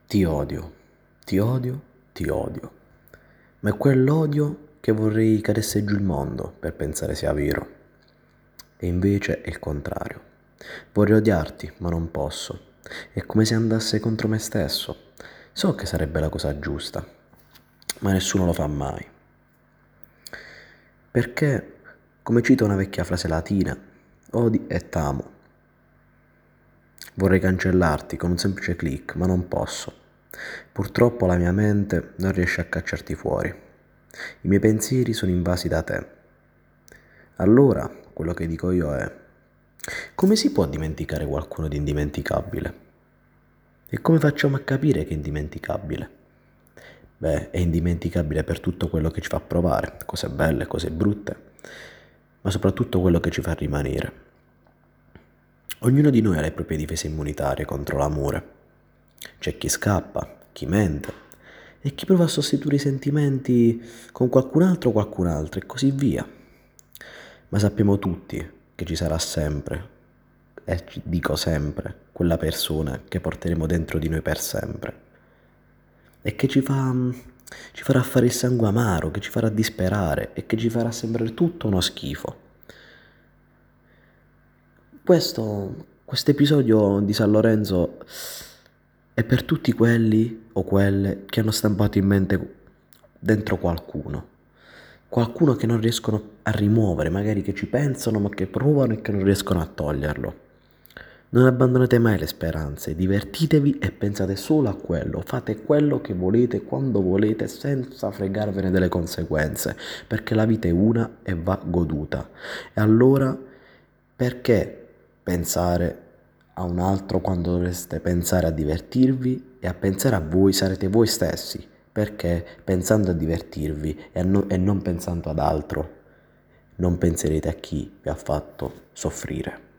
Ti odio, ti odio, ti odio. Ma è quell'odio che vorrei cadesse giù il mondo per pensare sia vero. E invece è il contrario. Vorrei odiarti, ma non posso. È come se andasse contro me stesso. So che sarebbe la cosa giusta, ma nessuno lo fa mai. Perché, come cita una vecchia frase latina, odi et amo. Vorrei cancellarti con un semplice click, ma non posso. Purtroppo la mia mente non riesce a cacciarti fuori. I miei pensieri sono invasi da te. Allora, quello che dico io è: come si può dimenticare qualcuno di indimenticabile? E come facciamo a capire che è indimenticabile? Beh, è indimenticabile per tutto quello che ci fa provare, cose belle, cose brutte, ma soprattutto quello che ci fa rimanere. Ognuno di noi ha le proprie difese immunitarie contro l'amore. C'è chi scappa, chi mente e chi prova a sostituire i sentimenti con qualcun altro o qualcun'altra e così via. Ma sappiamo tutti che ci sarà sempre, e dico sempre, quella persona che porteremo dentro di noi per sempre e che ci farà fare il sangue amaro, che ci farà disperare e che ci farà sembrare tutto uno schifo. Questo episodio di San Lorenzo è per tutti quelli o quelle che hanno stampato in mente dentro qualcuno che non riescono a rimuovere, magari che ci pensano ma che provano e che non riescono a toglierlo. Non abbandonate mai le speranze, divertitevi e pensate solo a quello, fate quello che volete quando volete senza fregarvene delle conseguenze, perché la vita è una e va goduta. E allora perché pensare a un altro quando dovreste pensare a divertirvi e a pensare a voi sarete voi stessi? Perché pensando a divertirvi e non pensando ad altro, non penserete a chi vi ha fatto soffrire.